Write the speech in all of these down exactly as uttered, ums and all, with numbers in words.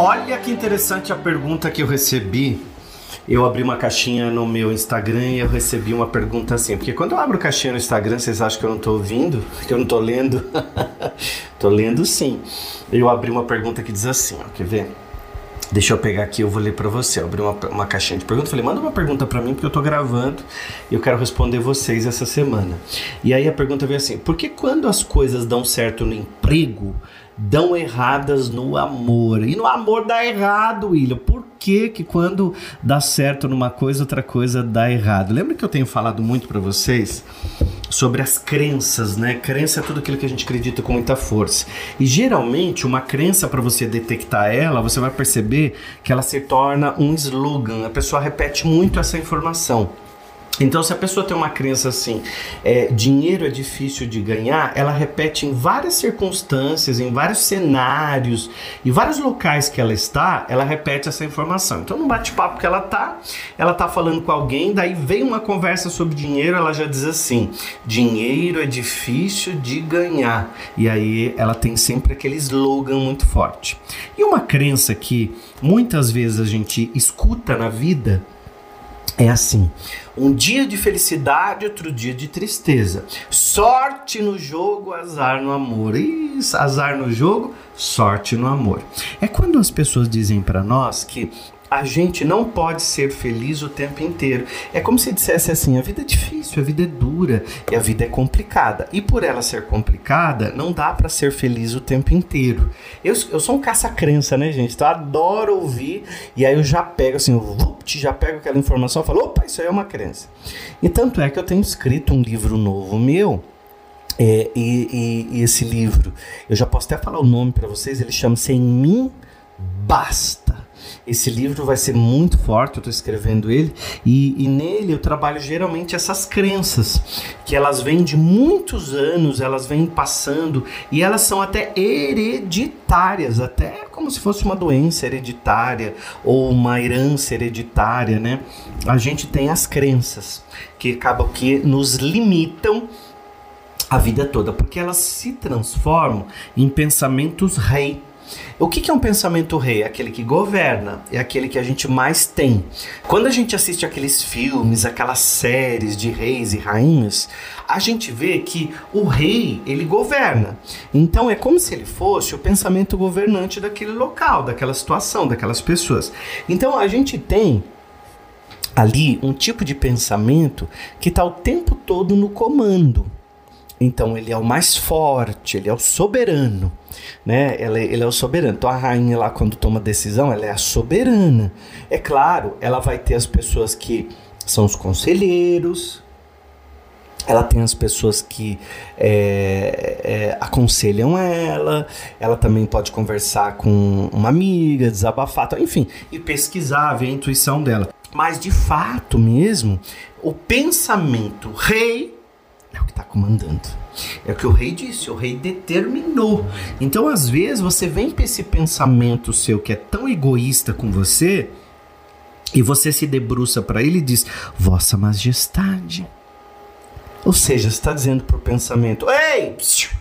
Olha que interessante a pergunta que eu recebi. Eu abri uma caixinha no meu Instagram e eu recebi uma pergunta assim. Porque quando eu abro caixinha no Instagram, vocês acham que eu não tô ouvindo? Que eu não tô lendo? Tô lendo sim. Eu abri uma pergunta que diz assim, ó, quer ver? Deixa eu pegar aqui, eu vou ler pra você. Eu abri uma, uma caixinha de perguntas, falei, manda uma pergunta pra mim, porque eu tô gravando e eu quero responder vocês essa semana. E aí a pergunta veio assim, por que quando as coisas dão certo no emprego, dão erradas no amor? E no amor dá errado, William. Por que que quando dá certo numa coisa, outra coisa dá errado? Lembra que eu tenho falado muito pra vocês sobre as crenças, né? Crença é tudo aquilo que a gente acredita com muita força. E geralmente uma crença, para você detectar ela, você vai perceber que ela se torna um slogan. A pessoa repete muito essa informação. Então, se a pessoa tem uma crença assim, é, dinheiro é difícil de ganhar, ela repete em várias circunstâncias, em vários cenários, em vários locais que ela está, ela repete essa informação. Então, no bate-papo que ela tá, ela tá falando com alguém, daí vem uma conversa sobre dinheiro, ela já diz assim, dinheiro é difícil de ganhar. E aí, ela tem sempre aquele slogan muito forte. E uma crença que muitas vezes a gente escuta na vida é assim, um dia de felicidade, outro dia de tristeza. Sorte no jogo, azar no amor. Isso, azar no jogo, sorte no amor. É quando as pessoas dizem para nós que a gente não pode ser feliz o tempo inteiro. É como se dissesse assim, a vida é difícil, a vida é dura e a vida é complicada. E por ela ser complicada, não dá para ser feliz o tempo inteiro. Eu, eu sou um caça-crença, né, gente? Então eu adoro ouvir e aí eu já pego assim, eu já pego aquela informação e falo, opa, isso aí é uma crença. E tanto é que eu tenho escrito um livro novo meu, é, e, e, e esse livro, eu já posso até falar o nome para vocês, ele chama-se Em Mim Basta. Esse livro vai ser muito forte, eu estou escrevendo ele, e, e nele eu trabalho geralmente essas crenças, que elas vêm de muitos anos, elas vêm passando, e elas são até hereditárias, até como se fosse uma doença hereditária, ou uma herança hereditária, né? A gente tem as crenças, que acabam que nos limitam a vida toda, porque elas se transformam em pensamentos rei. O que é um pensamento rei? É aquele que governa, é aquele que a gente mais tem. Quando a gente assiste aqueles filmes, aquelas séries de reis e rainhas, a gente vê que o rei, ele governa. Então é como se ele fosse o pensamento governante daquele local, daquela situação, daquelas pessoas. Então a gente tem ali um tipo de pensamento que está o tempo todo no comando. Então ele é o mais forte, ele é o soberano, né? Ele, ele é o soberano. Então a rainha lá, quando toma decisão, ela é a soberana. É claro, ela vai ter as pessoas que são os conselheiros, ela tem as pessoas que é, é, aconselham ela, ela também pode conversar com uma amiga, desabafar, enfim, e pesquisar, ver a intuição dela. Mas de fato mesmo, o pensamento rei é o que está comandando. É o que o rei disse, o rei determinou. Então, às vezes, você vem para esse pensamento seu que é tão egoísta com você e você se debruça para ele e diz, Vossa Majestade. Ou seja, você está dizendo para o pensamento, ei,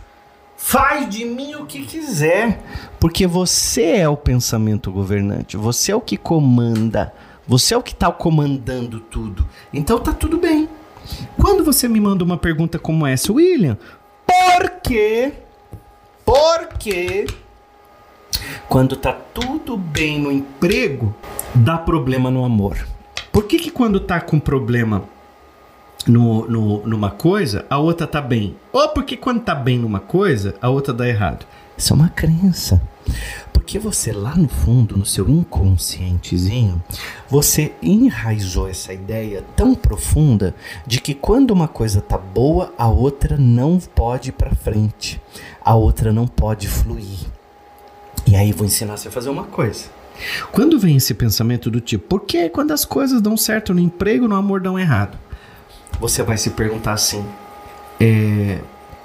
faz de mim o que quiser, porque você é o pensamento governante, você é o que comanda, você é o que está comandando tudo. Então, tá tudo bem. Quando você me manda uma pergunta como essa, William, por quê? Por quê? Quando tá tudo bem no emprego, dá problema no amor. Por que que quando tá com problema no, no, numa coisa, a outra tá bem? Ou porque quando tá bem numa coisa, a outra dá errado? Isso é uma crença. Porque você lá no fundo, no seu inconscientezinho, você enraizou essa ideia tão profunda de que quando uma coisa tá boa, a outra não pode ir pra frente. A outra não pode fluir. E aí vou ensinar você a fazer uma coisa. Quando vem esse pensamento do tipo, por que quando as coisas dão certo no emprego, no amor dão errado? Você vai se perguntar assim, é...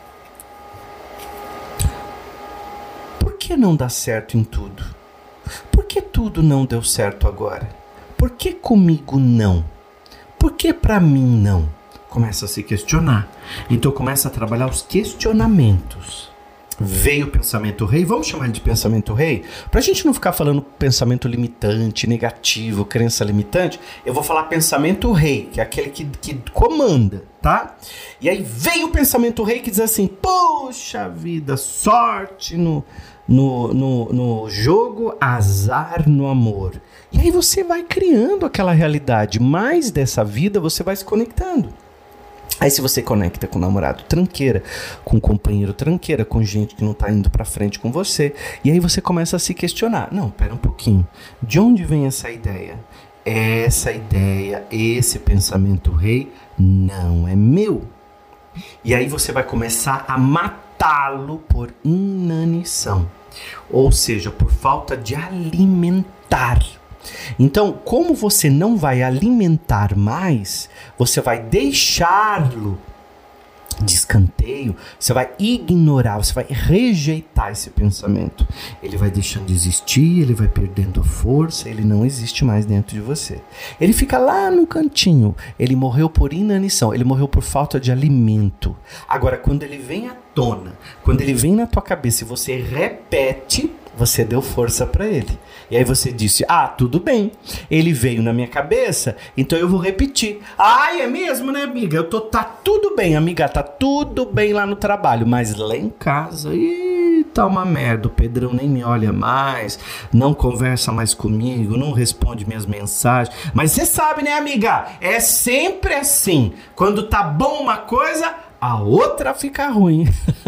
por que não dá certo em tudo? Por que tudo não deu certo agora? Por que comigo não? Por que pra mim não? Começa a se questionar. Então começa a trabalhar os questionamentos. veio o pensamento rei, vamos chamar ele de pensamento rei, pra gente não ficar falando pensamento limitante, negativo, crença limitante, eu vou falar pensamento rei, que é aquele que, que comanda, tá? E aí veio o pensamento rei que diz assim, poxa vida, sorte no, no, no, no jogo, azar no amor. E aí você vai criando aquela realidade, mais dessa vida você vai se conectando. Aí se você conecta com o namorado tranqueira, com o companheiro tranqueira, com gente que não tá indo pra frente com você, e aí você começa a se questionar. Não, pera um pouquinho. De onde vem essa ideia? Essa ideia, esse pensamento rei, não é meu. E aí você vai começar a matá-lo por inanição. Ou seja, por falta de alimentar. Então, como você não vai alimentar mais, você vai deixá-lo de escanteio, você vai ignorar, você vai rejeitar esse pensamento. Ele vai deixando de existir, ele vai perdendo a força, ele não existe mais dentro de você. Ele fica lá no cantinho, ele morreu por inanição, ele morreu por falta de alimento. Agora, quando ele vem à tona, quando ele vem na tua cabeça e você repete, você deu força para ele. E aí você disse, ah, tudo bem, ele veio na minha cabeça, então eu vou repetir. Ah, é mesmo, né, amiga? Eu tô, tá tudo bem, amiga, tá tudo bem lá no trabalho, mas lá em casa, ih, tá uma merda, o Pedrão nem me olha mais, não conversa mais comigo, não responde minhas mensagens. Mas você sabe, né, amiga? É sempre assim, quando tá bom uma coisa, a outra fica ruim.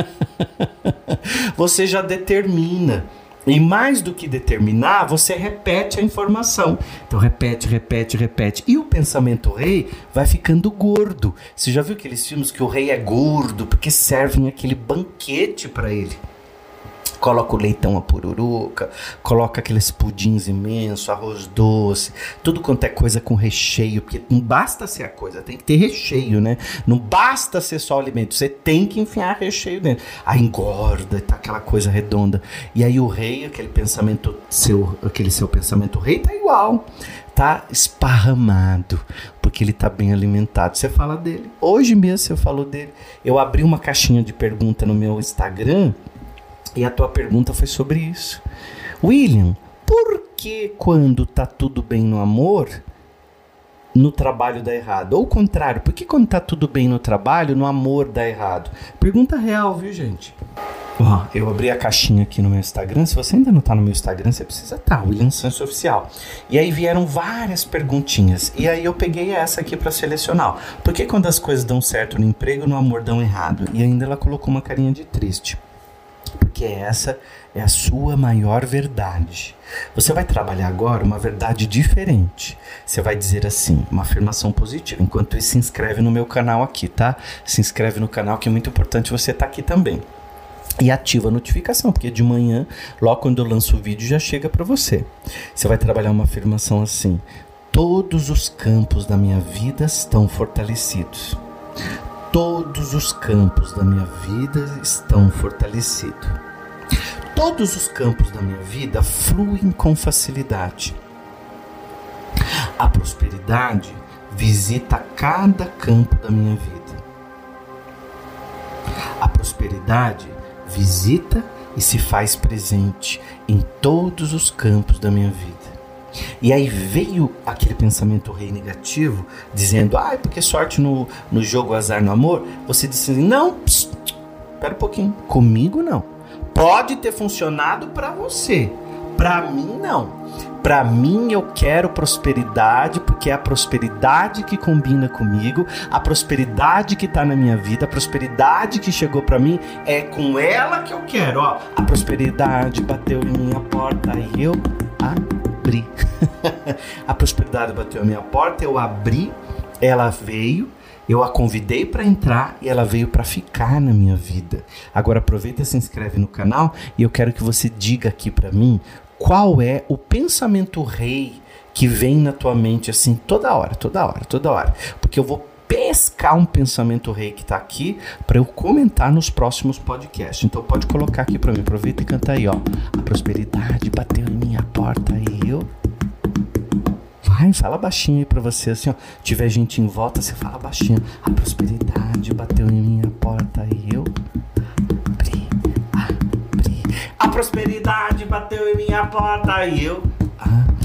Você já determina. E mais do que determinar, você repete a informação. Então repete, repete, repete. E o pensamento rei vai ficando gordo. Você já viu aqueles filmes que o rei é gordo porque servem aquele banquete para ele? Coloca o leitão a pururuca, coloca aqueles pudins imensos, arroz doce, tudo quanto é coisa com recheio, porque não basta ser a coisa, tem que ter recheio, né? Não basta ser só o alimento, você tem que enfiar recheio dentro. Aí engorda, tá aquela coisa redonda. E aí o rei, aquele pensamento seu, aquele seu pensamento rei tá igual, tá esparramado, porque ele tá bem alimentado. Você fala dele. Hoje mesmo você falou dele. Eu abri uma caixinha de pergunta no meu Instagram, e a tua pergunta foi sobre isso. William, por que quando tá tudo bem no amor, no trabalho dá errado? Ou o contrário, por que quando tá tudo bem no trabalho, no amor dá errado? Pergunta real, viu, gente? Ó, eu abri a caixinha aqui no meu Instagram. Se você ainda não tá no meu Instagram, você precisa estar, William Sancho Oficial. E aí vieram várias perguntinhas. E aí eu peguei essa aqui pra selecionar. Por que quando as coisas dão certo no emprego, no amor dão errado? E ainda ela colocou uma carinha de triste. Porque essa é a sua maior verdade. Você vai trabalhar agora uma verdade diferente. Você vai dizer assim, uma afirmação positiva. Enquanto isso, se inscreve no meu canal aqui, tá? Se inscreve no canal, que é muito importante você estar aqui também. E ativa a notificação, porque de manhã, logo quando eu lanço o vídeo, já chega para você. Você vai trabalhar uma afirmação assim: todos os campos da minha vida estão fortalecidos. Todos os campos da minha vida estão fortalecidos. Todos os campos da minha vida fluem com facilidade. A prosperidade visita cada campo da minha vida. A prosperidade visita e se faz presente em todos os campos da minha vida. E aí veio aquele pensamento rei negativo, dizendo, ah, porque sorte no, no jogo, azar no amor. Você disse assim, não, pss, pera um pouquinho, comigo não. Pode ter funcionado para você, para mim não. Para mim eu quero prosperidade, porque é a prosperidade que combina comigo, a prosperidade que está na minha vida, a prosperidade que chegou para mim, é com ela que eu quero. Ó, a prosperidade bateu em minha porta e eu abri. A prosperidade bateu em minha porta, eu abri, ela veio, eu a convidei para entrar e ela veio para ficar na minha vida. Agora aproveita e se inscreve no canal e eu quero que você diga aqui para mim qual é o pensamento rei que vem na tua mente assim toda hora, toda hora, toda hora. Porque eu vou pescar um pensamento rei que tá aqui para eu comentar nos próximos podcasts. Então pode colocar aqui para mim, aproveita e canta aí, ó. A prosperidade bateu em minha porta e eu... Vai, fala baixinho aí pra você, assim, ó. Tiver gente em volta, você fala baixinho. A prosperidade bateu em minha porta e eu abri. prosperidade bateu em minha porta e eu... Ah,